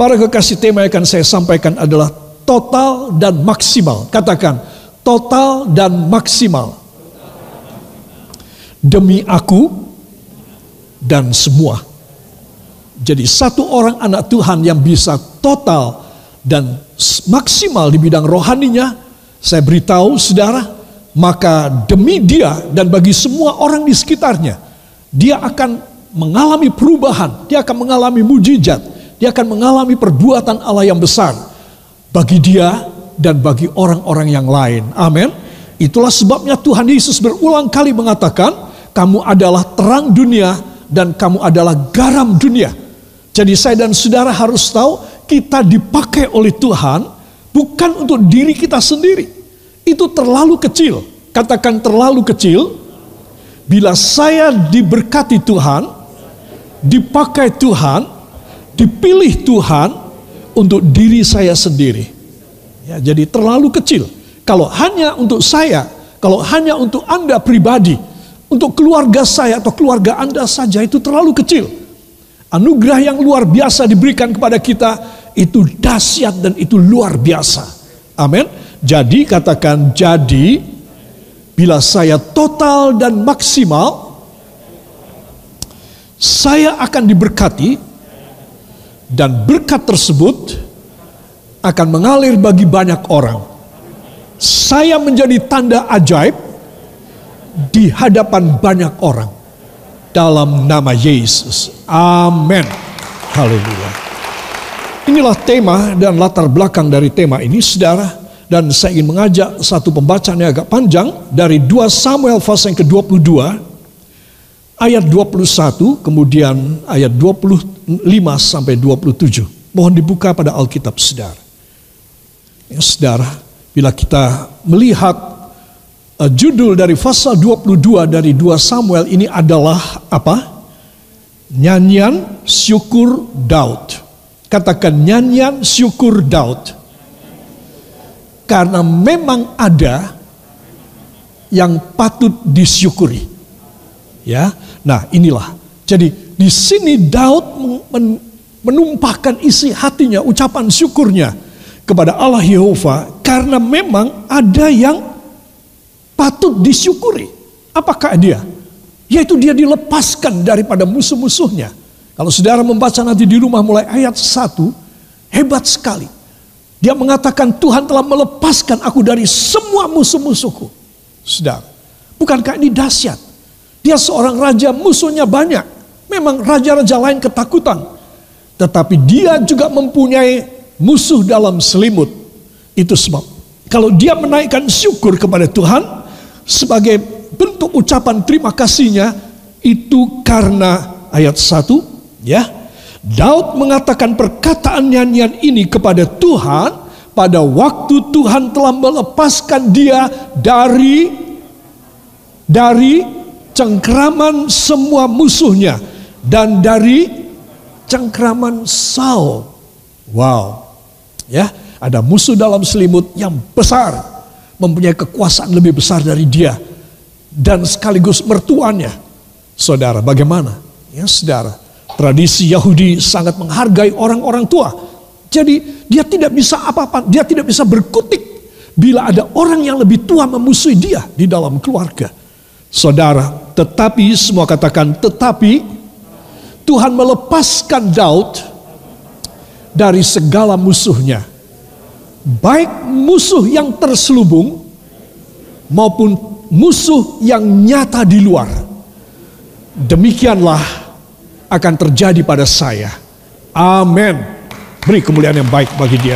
Para kekasih, tema yang akan saya sampaikan adalah total dan maksimal. Katakan, total dan maksimal. Demi aku dan semua. Jadi satu orang anak Tuhan yang bisa total dan maksimal di bidang rohaninya, saya beritahu saudara, maka demi dia dan bagi semua orang di sekitarnya, dia akan mengalami perubahan, dia akan mengalami mujizat, dia akan mengalami perbuatan Allah yang besar bagi dia dan bagi orang-orang yang lain. Amin. Itulah sebabnya Tuhan Yesus berulang kali mengatakan, kamu adalah terang dunia dan kamu adalah garam dunia. Jadi saya dan saudara harus tahu, kita dipakai oleh Tuhan bukan untuk diri kita sendiri. Itu terlalu kecil. Katakan terlalu kecil. Bila saya diberkati Tuhan, dipakai Tuhan, dipilih Tuhan untuk diri saya sendiri. Ya, jadi terlalu kecil. Kalau hanya untuk saya, kalau hanya untuk Anda pribadi, untuk keluarga saya atau keluarga Anda saja, itu terlalu kecil. Anugerah yang luar biasa diberikan kepada kita, itu dahsyat dan itu luar biasa. Amin. Jadi katakan, jadi bila saya total dan maksimal, saya akan diberkati dan berkat tersebut akan mengalir bagi banyak orang. Saya menjadi tanda ajaib di hadapan banyak orang dalam nama Yesus. Amin. Haleluya. Inilah tema dan latar belakang dari tema ini, saudara. Dan saya ingin mengajak satu pembacaan yang agak panjang dari 2 Samuel pasal yang ke-22 ayat 21 kemudian ayat 25 sampai 27. Mohon dibuka pada Alkitab saudara. Ya, saudara, bila kita melihat judul dari pasal 22 dari 2 Samuel ini adalah apa? Nyanyian syukur Daud. Katakan, nyanyian syukur Daud. Karena memang ada yang patut disyukuri. Ya. Nah, inilah. Jadi di sini Daud menumpahkan isi hatinya, ucapan syukurnya kepada Allah Yehova karena memang ada yang patut disyukuri. Apakah dia? Yaitu dia dilepaskan daripada musuh-musuhnya. Kalau saudara membaca nanti di rumah mulai ayat 1, hebat sekali. Dia mengatakan, Tuhan telah melepaskan aku dari semua musuh-musuhku. Saudara, bukankah ini dahsyat? Dia seorang raja, musuhnya banyak. Memang raja-raja lain ketakutan. Tetapi dia juga mempunyai musuh dalam selimut. Itu sebab kalau dia menaikkan syukur kepada Tuhan sebagai bentuk ucapan terima kasihnya, itu karena ayat 1 ya, Daud mengatakan perkataan nyanyian ini kepada Tuhan pada waktu Tuhan telah melepaskan dia dari cengkraman semua musuhnya dan dari cengkraman Saul. Wow. Ya, ada musuh dalam selimut yang besar, mempunyai kekuasaan lebih besar dari dia dan sekaligus mertuanya. Saudara, bagaimana? Ya, saudara, tradisi Yahudi sangat menghargai orang-orang tua. Jadi dia tidak bisa apa-apa, dia tidak bisa berkutik bila ada orang yang lebih tua memusuhi dia di dalam keluarga. Saudara, tetapi, semua katakan tetapi, Tuhan melepaskan Daud dari segala musuhnya. Baik musuh yang terselubung maupun musuh yang nyata di luar. Demikianlah akan terjadi pada saya. Amin. Beri kemuliaan yang baik bagi dia.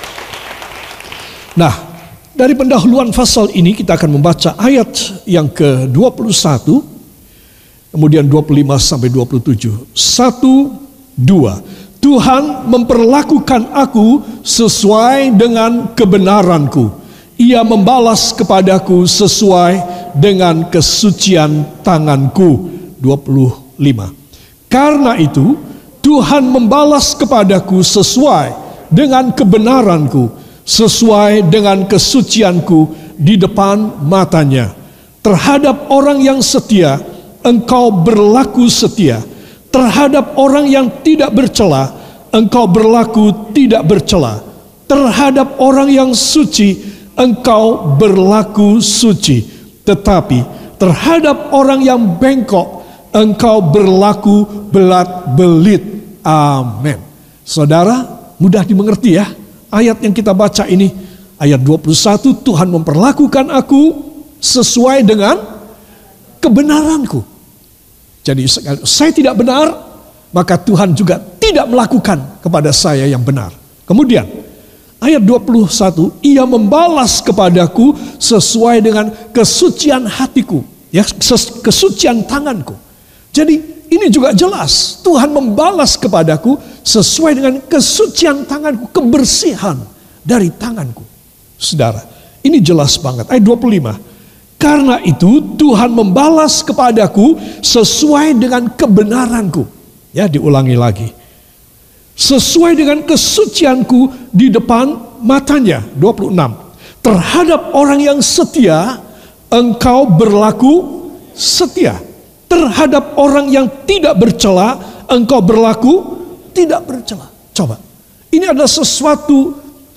Nah, dari pendahuluan pasal ini kita akan membaca ayat yang ke-21, kemudian 25 sampai 27. 1, 2. Tuhan memperlakukan aku sesuai dengan kebenaranku. Ia membalas kepadaku sesuai dengan kesucian tanganku. 25. Karena itu Tuhan membalas kepadaku sesuai dengan kebenaranku, sesuai dengan kesucianku di depan matanya. Terhadap orang yang setia, engkau berlaku setia. Terhadap orang yang tidak bercela, engkau berlaku tidak bercela. Terhadap orang yang suci, engkau berlaku suci. Tetapi terhadap orang yang bengkok, engkau berlaku belat-belit. Amin. Saudara, mudah dimengerti ya. Ayat yang kita baca ini, ayat 21, Tuhan memperlakukan aku sesuai dengan kebenaranku. Jadi saya tidak benar, maka Tuhan juga tidak melakukan kepada saya yang benar. Kemudian ayat 21, ia membalas kepadaku sesuai dengan kesucian hatiku, ya, kesucian tanganku. Jadi ini juga jelas, Tuhan membalas kepadaku sesuai dengan kesucian tanganku, kebersihan dari tanganku. Saudara, ini jelas banget. Ayat 25, karena itu Tuhan membalas kepadaku sesuai dengan kebenaranku. Ya, diulangi lagi. Sesuai dengan kesucianku di depan matanya. 26, terhadap orang yang setia, engkau berlaku setia. Terhadap orang yang tidak bercela, engkau berlaku tidak bercela. Coba, ini adalah sesuatu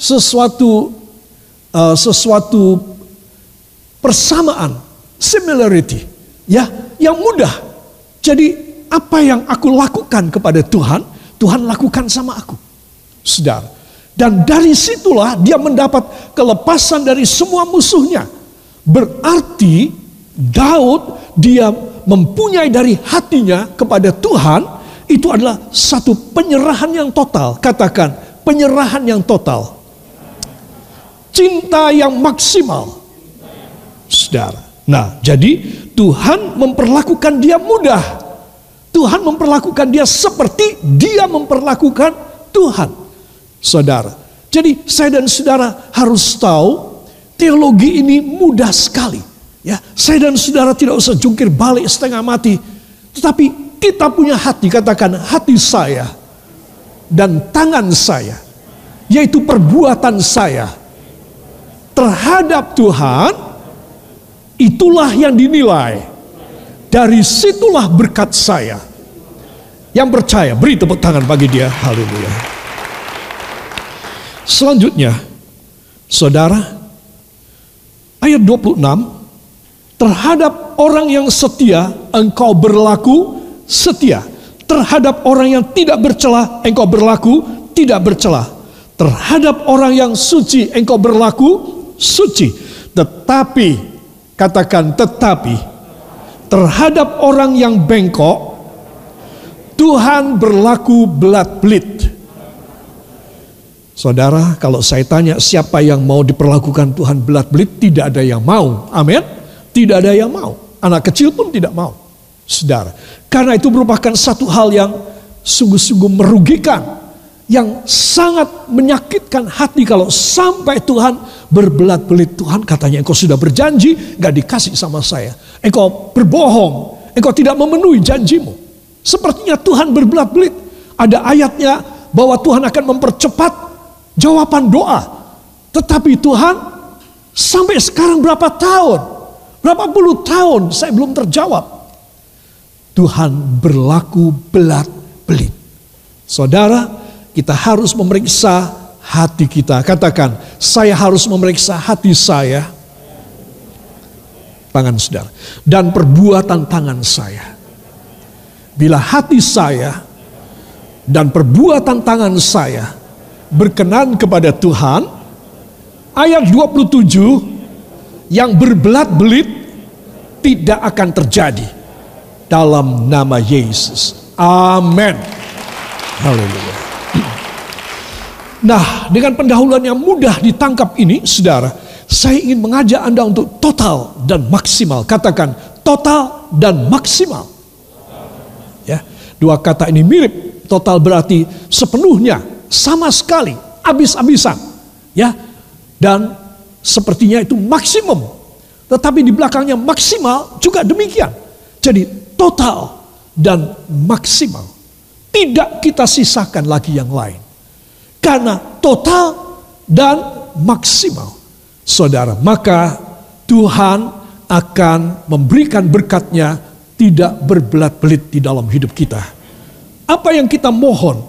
persamaan, similarity, ya, yang mudah. Jadi apa yang aku lakukan kepada Tuhan, Tuhan lakukan sama aku, saudara. Dan dari situlah dia mendapat kelepasan dari semua musuhnya. Berarti Daud, dia mempunyai dari hatinya kepada Tuhan, itu adalah satu penyerahan yang total. Katakan, penyerahan yang total. Cinta yang maksimal, saudara. Nah, jadi Tuhan memperlakukan dia mudah. Tuhan memperlakukan dia seperti dia memperlakukan Tuhan, saudara. Jadi saya dan saudara harus tahu teologi ini mudah sekali. Ya, saya dan saudara tidak usah jungkir balik setengah mati. Tetapi kita punya hati, katakan hati saya dan tangan saya, yaitu perbuatan saya terhadap Tuhan, itulah yang dinilai. Dari situlah berkat saya. Yang percaya, beri tepuk tangan bagi dia. Haleluya. Selanjutnya, saudara, ayat 26, terhadap orang yang setia, engkau berlaku setia. Terhadap orang yang tidak bercela, engkau berlaku tidak bercela. Terhadap orang yang suci, engkau berlaku suci. Tetapi, katakan tetapi, terhadap orang yang bengkok, Tuhan berlaku belat-belit. Saudara, kalau saya tanya siapa yang mau diperlakukan Tuhan belat-belit, tidak ada yang mau. Amin. Tidak ada yang mau. Anak kecil pun tidak mau, saudara. Karena itu merupakan satu hal yang sungguh-sungguh merugikan, yang sangat menyakitkan hati kalau sampai Tuhan berbelat-belit. Tuhan katanya engkau sudah berjanji, gak dikasih sama saya. Engkau berbohong, engkau tidak memenuhi janjimu. Sepertinya Tuhan berbelat-belit. Ada ayatnya bahwa Tuhan akan mempercepat jawaban doa. Tetapi Tuhan sampai sekarang berapa tahun, berapa puluh tahun saya belum terjawab. Tuhan berlaku belat-belit. Saudara, kita harus memeriksa hati kita. Katakan, saya harus memeriksa hati saya. Tangan saudara. Dan perbuatan tangan saya. Bila hati saya dan perbuatan tangan saya berkenan kepada Tuhan, ayat 27, yang berbelat-belit tidak akan terjadi dalam nama Yesus. Amin. Haleluya. Nah, dengan pendahuluan yang mudah ditangkap ini, saudara, saya ingin mengajak Anda untuk total dan maksimal. Katakan, total dan maksimal. Ya, dua kata ini mirip. Total berarti sepenuhnya, sama sekali, habis-habisan. Ya, dan sepertinya itu maksimum. Tetapi di belakangnya maksimal juga demikian. Jadi total dan maksimal. Tidak kita sisakan lagi yang lain. Karena total dan maksimal, saudara, maka Tuhan akan memberikan berkat-Nya tidak berbelat-belit di dalam hidup kita. Apa yang kita mohon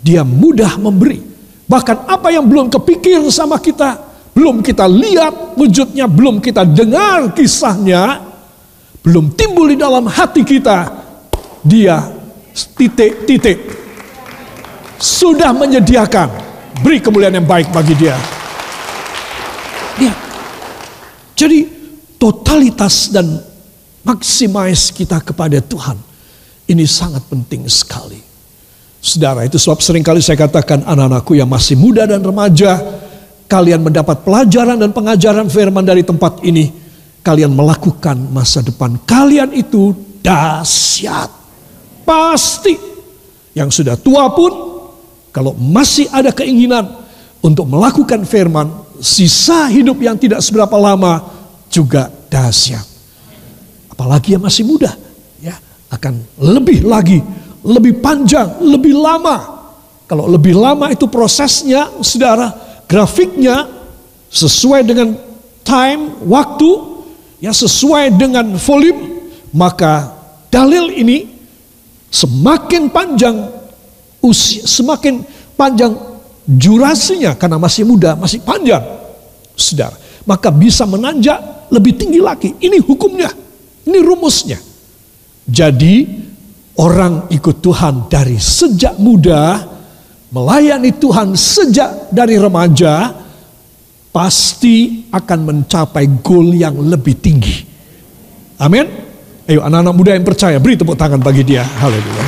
Dia mudah memberi. Bahkan apa yang belum kepikir sama kita, belum kita lihat wujudnya, belum kita dengar kisahnya, belum timbul di dalam hati kita, dia titik-titik sudah menyediakan. Beri kemuliaan yang baik bagi dia. Lihat. Jadi totalitas dan maximize kita kepada Tuhan, ini sangat penting sekali. Saudara, itu sebab seringkali saya katakan, anak-anakku yang masih muda dan remaja, kalian mendapat pelajaran dan pengajaran firman dari tempat ini, kalian melakukan masa depan kalian itu dahsyat. Pasti. Yang sudah tua pun, kalau masih ada keinginan untuk melakukan firman, sisa hidup yang tidak seberapa lama juga dahsyat. Apalagi yang masih muda, ya, akan lebih lagi, lebih panjang, lebih lama. Kalau lebih lama itu prosesnya, saudara, grafiknya sesuai dengan time, waktu, ya, sesuai dengan volume, maka dalil ini semakin panjang usia, semakin panjang durasinya, karena masih muda, masih panjang, saudara, maka bisa menanjak lebih tinggi lagi. Ini hukumnya, ini rumusnya. Jadi orang ikut Tuhan dari sejak muda, melayani Tuhan sejak dari remaja, pasti akan mencapai goal yang lebih tinggi. Amin. Ayo anak-anak muda yang percaya, beri tepuk tangan bagi dia. Haleluya.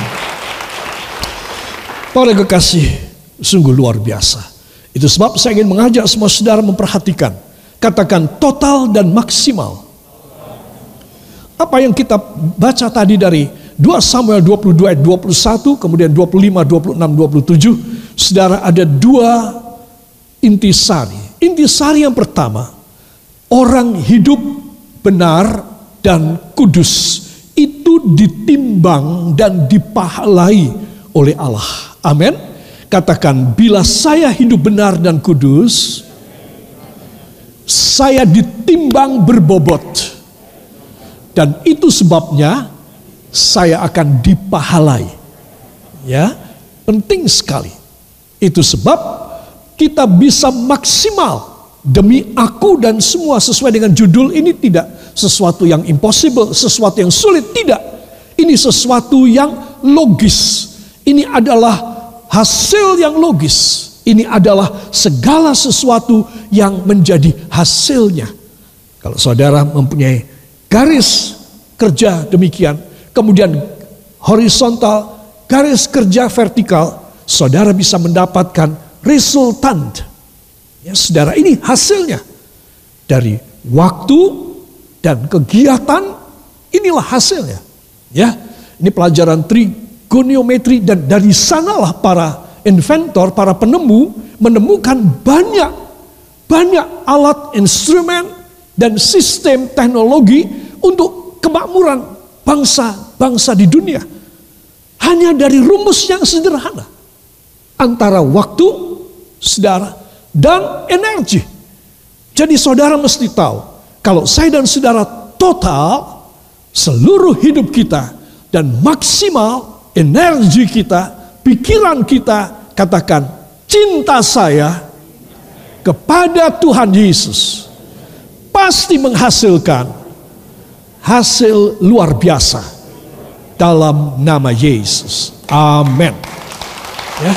Para kekasih, sungguh luar biasa. Itu sebab saya ingin mengajak semua saudara memperhatikan. Katakan total dan maksimal. Apa yang kita baca tadi dari 2 Samuel 22 ayat 21, kemudian 25, 26, 27. Saudara, ada dua intisari. Intisari yang pertama, orang hidup benar dan kudus itu ditimbang dan dipahalai oleh Allah. Amin. Katakan, bila saya hidup benar dan kudus, saya ditimbang berbobot. Dan itu sebabnya saya akan dipahalai. Ya, penting sekali. Itu sebab kita bisa maksimal demi aku dan semua sesuai dengan judul ini, tidak sesuatu yang impossible, sesuatu yang sulit, tidak. Ini sesuatu yang logis. Ini adalah hasil yang logis. Ini adalah segala sesuatu yang menjadi hasilnya. Kalau saudara mempunyai garis kerja demikian, kemudian horizontal, garis kerja vertikal, saudara bisa mendapatkan resultant. Ya, saudara, ini hasilnya dari waktu dan kegiatan, inilah hasilnya. Ya, ini pelajaran trigonometri, dan dari sanalah para inventor, para penemu menemukan banyak alat, instrumen, dan sistem teknologi untuk kemakmuran bangsa-bangsa di dunia. Hanya dari rumus yang sederhana. Antara waktu, saudara, dan energi. Jadi saudara mesti tahu, kalau saya dan saudara total, seluruh hidup kita, dan maksimal energi kita, pikiran kita, katakan, cinta saya kepada Tuhan Yesus, pasti menghasilkan hasil luar biasa dalam nama Yesus. Amin. Ya.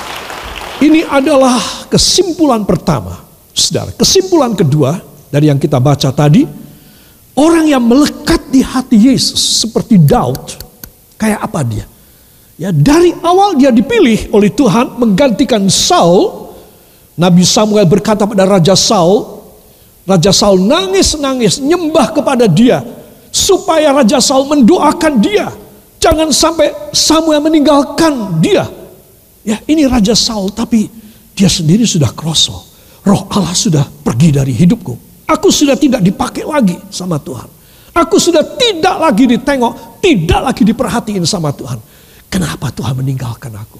Ini adalah kesimpulan pertama, saudara. Kesimpulan kedua dari yang kita baca tadi, orang yang melekat di hati Yesus seperti Daud, kayak apa dia? Ya, dari awal dia dipilih oleh Tuhan menggantikan Saul. Nabi Samuel berkata pada Raja Saul nangis-nangis nyembah kepada dia supaya Raja Saul mendoakan dia. Jangan sampai Samuel meninggalkan dia. Ya, ini Raja Saul, tapi dia sendiri sudah kroso. Roh Allah sudah pergi dari hidupku. Aku sudah tidak dipakai lagi sama Tuhan. Aku sudah tidak lagi ditengok, tidak lagi diperhatiin sama Tuhan. Kenapa Tuhan meninggalkan aku?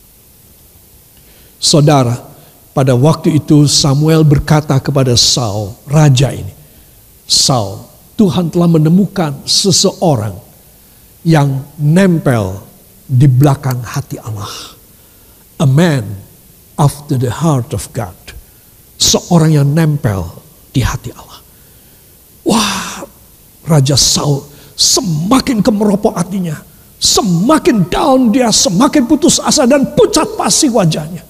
Saudara, pada waktu itu Samuel berkata kepada Saul, raja ini, Saul, Tuhan telah menemukan seseorang yang nempel di belakang hati Allah. A man after the heart of God. Seorang yang nempel di hati Allah. Wah, Raja Saul semakin kemeropok hatinya. Semakin down dia, semakin putus asa dan pucat pasi wajahnya.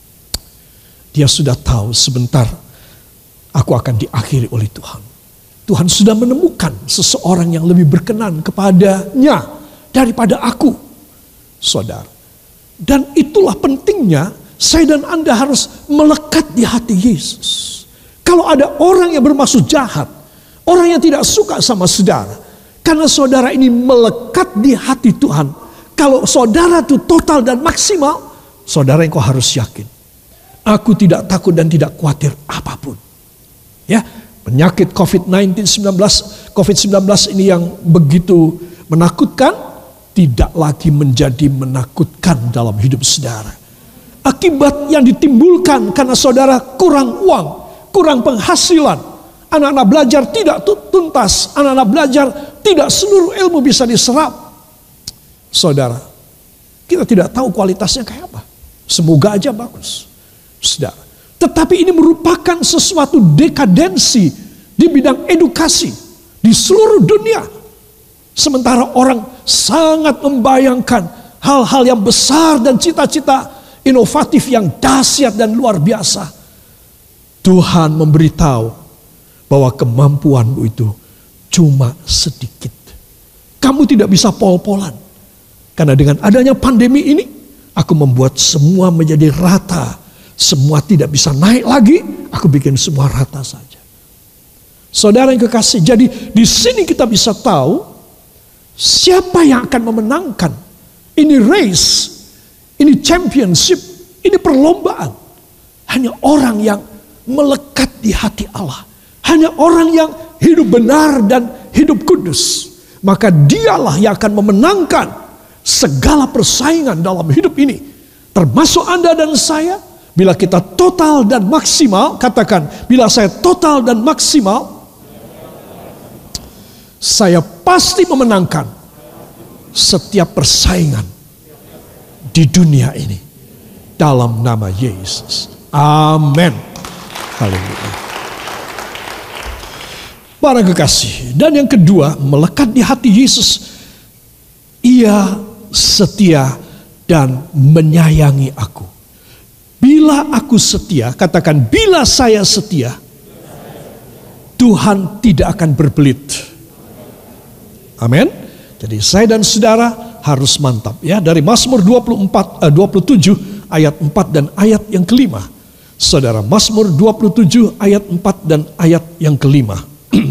Dia sudah tahu sebentar aku akan diakhiri oleh Tuhan. Tuhan sudah menemukan seseorang yang lebih berkenan kepadanya daripada aku, saudara. Dan itulah pentingnya saya dan Anda harus melekat di hati Yesus. Kalau ada orang yang bermaksud jahat, orang yang tidak suka sama saudara, karena saudara ini melekat di hati Tuhan, kalau saudara itu total dan maksimal, saudara yang kau harus yakin, aku tidak takut dan tidak khawatir apapun. Ya, penyakit COVID-19 ini yang begitu menakutkan, tidak lagi menjadi menakutkan dalam hidup saudara. Akibat yang ditimbulkan karena saudara kurang uang, kurang penghasilan, anak-anak belajar tidak tuntas, anak-anak belajar tidak seluruh ilmu bisa diserap. Saudara, kita tidak tahu kualitasnya kayak apa. Semoga aja bagus, saudara. Tetapi ini merupakan sesuatu dekadensi di bidang edukasi di seluruh dunia. Sementara orang sangat membayangkan hal-hal yang besar dan cita-cita inovatif yang dahsyat dan luar biasa. Tuhan memberitahu bahwa kemampuanmu itu cuma sedikit. Kamu tidak bisa pol-polan. Karena dengan adanya pandemi ini, aku membuat semua menjadi rata. Semua tidak bisa naik lagi, aku bikin semua rata saja. Saudara yang kekasih, jadi di sini kita bisa tahu siapa yang akan memenangkan. Ini race, ini championship, ini perlombaan. Hanya orang yang melekat di hati Allah. Hanya orang yang hidup benar dan hidup kudus. Maka dialah yang akan memenangkan segala persaingan dalam hidup ini. Termasuk Anda dan saya. Bila kita total dan maksimal, katakan, bila saya total dan maksimal, saya pasti memenangkan setiap persaingan di dunia ini. Dalam nama Yesus. Amin. Haleluya. Para kekasih. Dan yang kedua, melekat di hati Yesus. Ia setia dan menyayangi aku. Bila aku setia, katakan bila saya setia, Tuhan tidak akan berbelit. Amin. Jadi saya dan saudara harus mantap ya. Dari Mazmur 27 ayat 4 dan ayat yang kelima. Saudara, Mazmur 27 ayat 4 dan ayat yang kelima.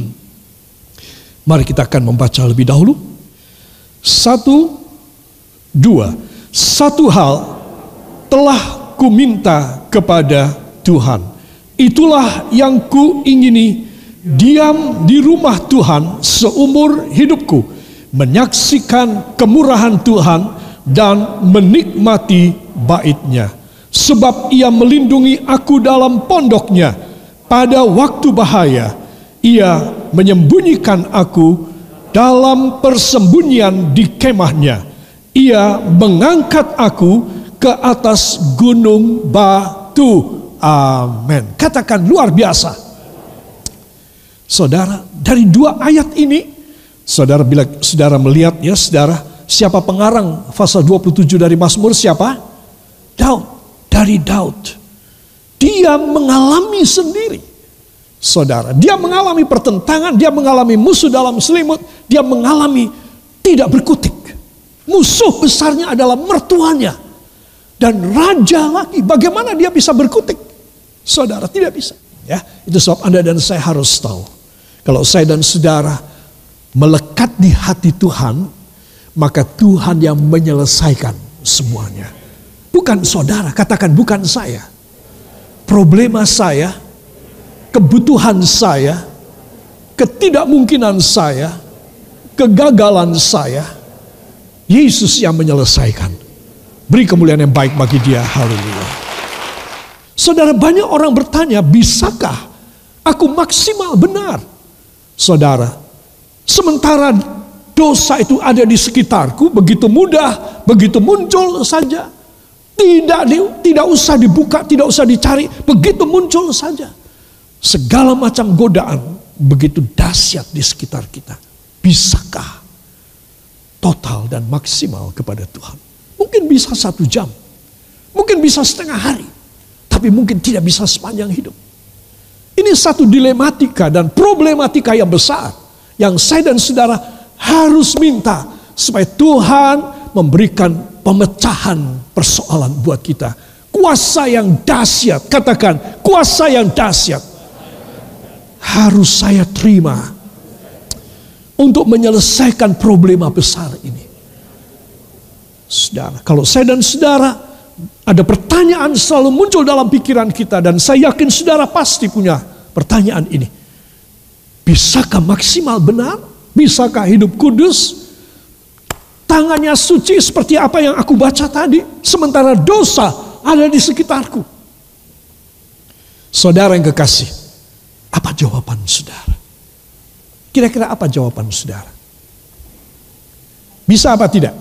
Mari kita akan membaca lebih dahulu. 1, 2. Satu hal telah ku minta kepada Tuhan. Itulah yang ku ingini, diam di rumah Tuhan seumur hidupku, menyaksikan kemurahan Tuhan dan menikmati bait-Nya. Sebab Ia melindungi aku dalam pondok-Nya, pada waktu bahaya Ia menyembunyikan aku dalam persembunyian di kemah-Nya. Ia mengangkat aku ke atas gunung batu. Amin. Katakan luar biasa. Saudara, dari dua ayat ini, saudara, bila saudara melihat ya saudara, siapa pengarang pasal 27 dari Mazmur? Siapa? Daud. Dari Daud. Dia mengalami sendiri. Saudara, dia mengalami pertentangan, dia mengalami musuh dalam selimut, dia mengalami tidak berkutik. Musuh besarnya adalah mertuanya. Dan raja lagi, bagaimana dia bisa berkutik? Saudara, tidak bisa. Ya, itu sebab Anda dan saya harus tahu. Kalau saya dan saudara melekat di hati Tuhan, maka Tuhan yang menyelesaikan semuanya. Bukan saudara, katakan bukan saya. Problema saya, kebutuhan saya, ketidakmungkinan saya, kegagalan saya, Yesus yang menyelesaikan. Beri kemuliaan yang baik bagi Dia. Haleluya. Saudara, banyak orang bertanya, bisakah aku maksimal benar? Saudara, sementara dosa itu ada di sekitarku, begitu mudah, begitu muncul saja. Tidak usah dibuka, tidak usah dicari, begitu muncul saja. Segala macam godaan begitu dahsyat di sekitar kita. Bisakah total dan maksimal kepada Tuhan? Mungkin bisa 1 jam, mungkin bisa setengah hari, tapi mungkin tidak bisa sepanjang hidup. Ini satu dilematika dan problematika yang besar, yang saya dan saudara harus minta supaya Tuhan memberikan pemecahan persoalan buat kita. Kuasa yang dahsyat, katakan kuasa yang dahsyat, harus saya terima untuk menyelesaikan problema besar ini. Saudara, kalau saya dan saudara ada pertanyaan selalu muncul dalam pikiran kita, dan saya yakin saudara pasti punya pertanyaan ini. Bisakah maksimal benar? Bisakah hidup kudus? Tangannya suci seperti apa yang aku baca tadi, sementara dosa ada di sekitarku. Saudara yang kekasih, apa jawaban saudara? Kira-kira apa jawaban saudara? Bisa apa tidak?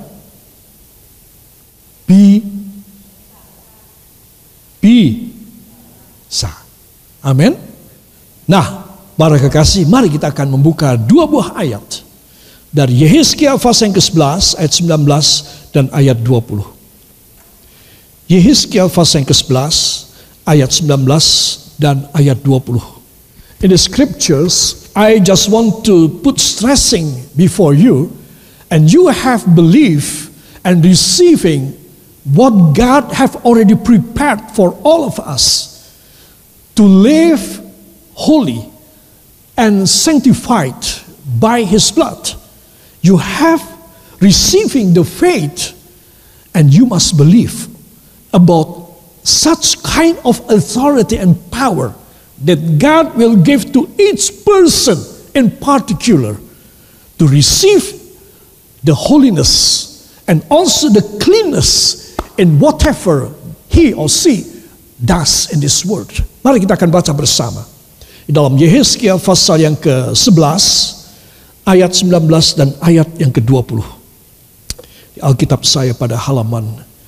Bisa. Amin. Nah, para kekasih, mari kita akan membuka 2 buah ayat dari Yehezkiel pasal yang ke-11 ayat 19 dan ayat 20. Yehezkiel pasal yang ke-11 ayat 19 dan ayat 20. In the scriptures, I just want to put stressing before you, and you have believed and receiving what God have already prepared for all of us to live holy and sanctified by His blood. You have receiving the faith, and you must believe about such kind of authority and power that God will give to each person in particular to receive the holiness and also the cleanness in whatever he or she does in this world. Mari kita akan baca bersama di dalam Yehezkiel pasal yang ke-11 ayat 19 dan ayat yang ke-20. Di Alkitab saya pada halaman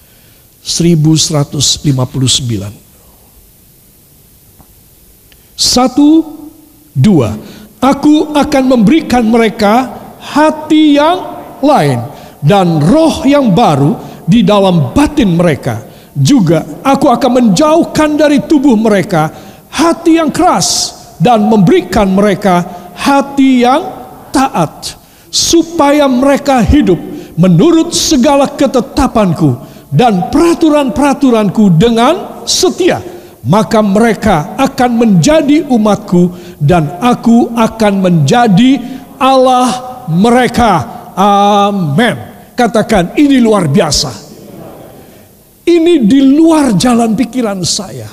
1159. 1, 2. Aku akan memberikan mereka hati yang lain dan roh yang baru di dalam batin mereka. Juga aku akan menjauhkan dari tubuh mereka hati yang keras dan memberikan mereka hati yang taat, supaya mereka hidup menurut segala ketetapanku dan peraturan-peraturanku dengan setia. Maka mereka akan menjadi umatku, dan aku akan menjadi Allah mereka. Amin. Katakan, ini luar biasa. Ini di luar jalan pikiran saya.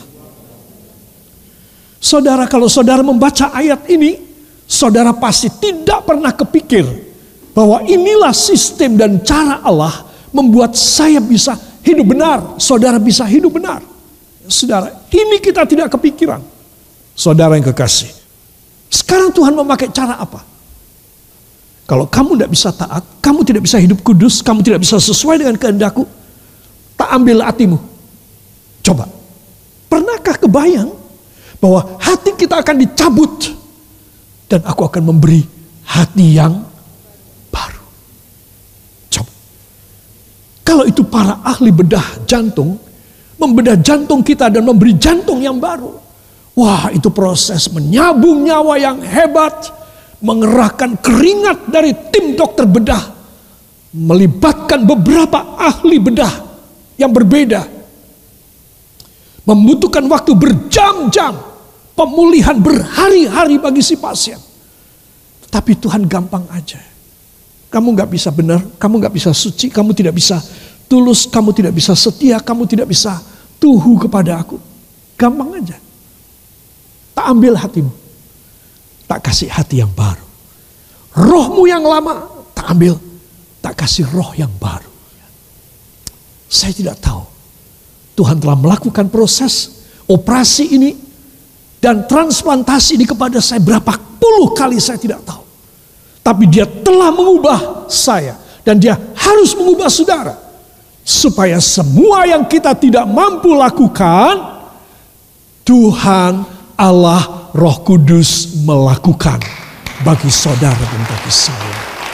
Saudara, kalau saudara membaca ayat ini, saudara pasti tidak pernah kepikir bahwa inilah sistem dan cara Allah membuat saya bisa hidup benar, saudara bisa hidup benar. Saudara, ini kita tidak kepikiran. Saudara yang kekasih, sekarang Tuhan memakai cara apa? Kalau kamu tidak bisa taat, kamu tidak bisa hidup kudus, kamu tidak bisa sesuai dengan kehendakku, tak ambil hatimu. Coba, pernahkah kebayang bahwa hati kita akan dicabut dan aku akan memberi hati yang baru? Coba, kalau itu para ahli bedah jantung membedah jantung kita dan memberi jantung yang baru, wah, itu proses menyambung nyawa yang hebat, mengerahkan keringat dari tim dokter bedah, melibatkan beberapa ahli bedah yang berbeda, membutuhkan waktu berjam-jam, pemulihan berhari-hari bagi si pasien. Tapi Tuhan gampang aja. Kamu gak bisa benar, kamu gak bisa suci, kamu tidak bisa tulus, kamu tidak bisa setia, kamu tidak bisa tuhu kepada aku. Gampang aja. Tak ambil hatimu, tak kasih hati yang baru. Rohmu yang lama tak ambil, tak kasih roh yang baru. Saya tidak tahu Tuhan telah melakukan proses operasi ini dan transplantasi ini kepada saya berapa puluh kali, saya tidak tahu. Tapi Dia telah mengubah saya, dan Dia harus mengubah saudara. supaya semua yang kita tidak mampu lakukan, Tuhan Allah Roh Kudus melakukan bagi saudara dan bagi saya.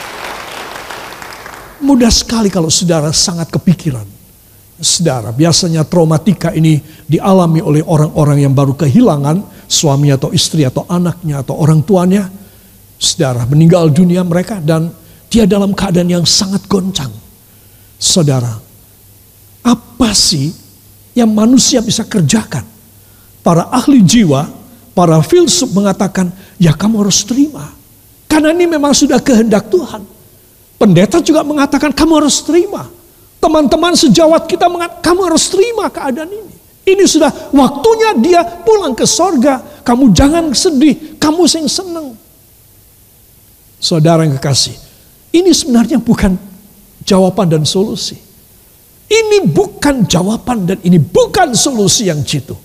Mudah sekali kalau saudara sangat kepikiran. Saudara, biasanya traumatika ini dialami oleh orang-orang yang baru kehilangan suami atau istri atau anaknya atau orang tuanya. Saudara, meninggal dunia mereka dan dia dalam keadaan yang sangat goncang. Saudara, apa sih yang manusia bisa kerjakan? Para ahli jiwa, para filsuf mengatakan, ya kamu harus terima. Karena ini memang sudah kehendak Tuhan. Pendeta juga mengatakan, kamu harus terima. Teman-teman sejawat kita mengatakan, kamu harus terima keadaan ini. Ini sudah waktunya dia pulang ke sorga. Kamu jangan sedih, kamu sing senang. Saudara yang kekasih, ini sebenarnya bukan jawaban dan solusi. Ini bukan jawaban dan ini bukan solusi yang jitu.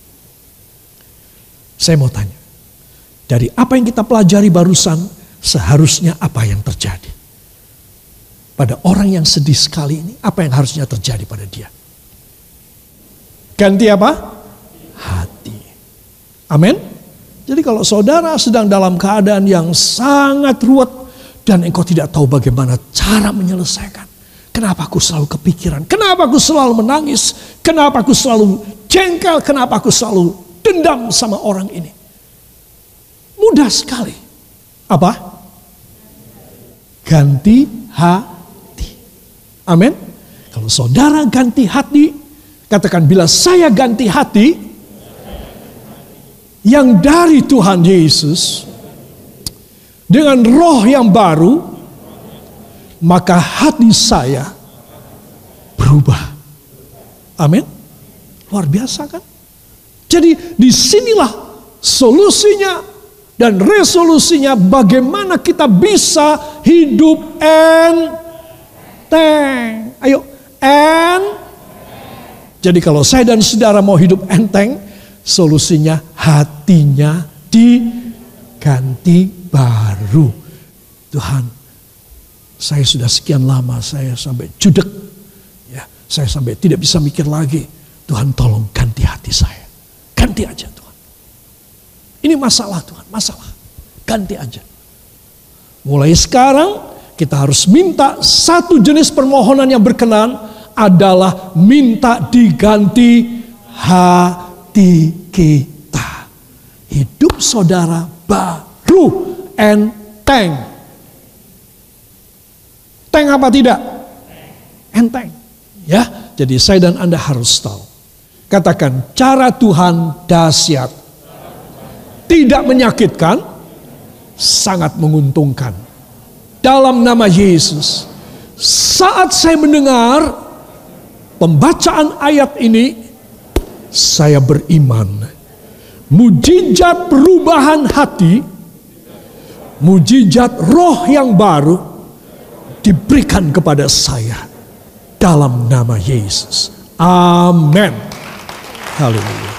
Saya mau tanya, dari apa yang kita pelajari barusan, seharusnya apa yang terjadi? Pada orang yang sedih sekali ini, apa yang harusnya terjadi pada dia? Ganti apa? Hati. Amin. Jadi kalau saudara sedang dalam keadaan yang sangat ruwet dan engkau tidak tahu bagaimana cara menyelesaikan. Kenapa aku selalu kepikiran? Kenapa aku selalu menangis? Kenapa aku selalu jengkel? Kenapa aku selalu dendam sama orang ini? Mudah sekali. Apa? Ganti hati. Amin. Kalau saudara ganti hati, katakan, bila saya ganti hati yang dari Tuhan Yesus dengan roh yang baru, maka hati saya berubah. Amin. Luar biasa kan? Jadi disinilah solusinya dan resolusinya bagaimana kita bisa hidup enteng. Ayo, Jadi kalau saya dan saudara mau hidup enteng, solusinya hatinya diganti baru. Tuhan, saya sudah sekian lama, saya sampai judek. Ya, saya sampai tidak bisa mikir lagi. Tuhan tolong ganti hati saya. Ganti aja Tuhan. Ini masalah Tuhan, masalah. Ganti aja. Mulai sekarang kita harus minta satu jenis permohonan yang berkenan adalah minta diganti hati kita. Hidup saudara baru enteng. Enteng apa tidak? Enteng. Ya, jadi saya dan Anda harus tahu. Katakan, cara Tuhan dahsyat. Tidak menyakitkan, sangat menguntungkan. Dalam nama Yesus, saat saya mendengar pembacaan ayat ini, saya beriman. Mujizat perubahan hati, mujizat roh yang baru diberikan kepada saya dalam nama Yesus. Amin. Haleluya.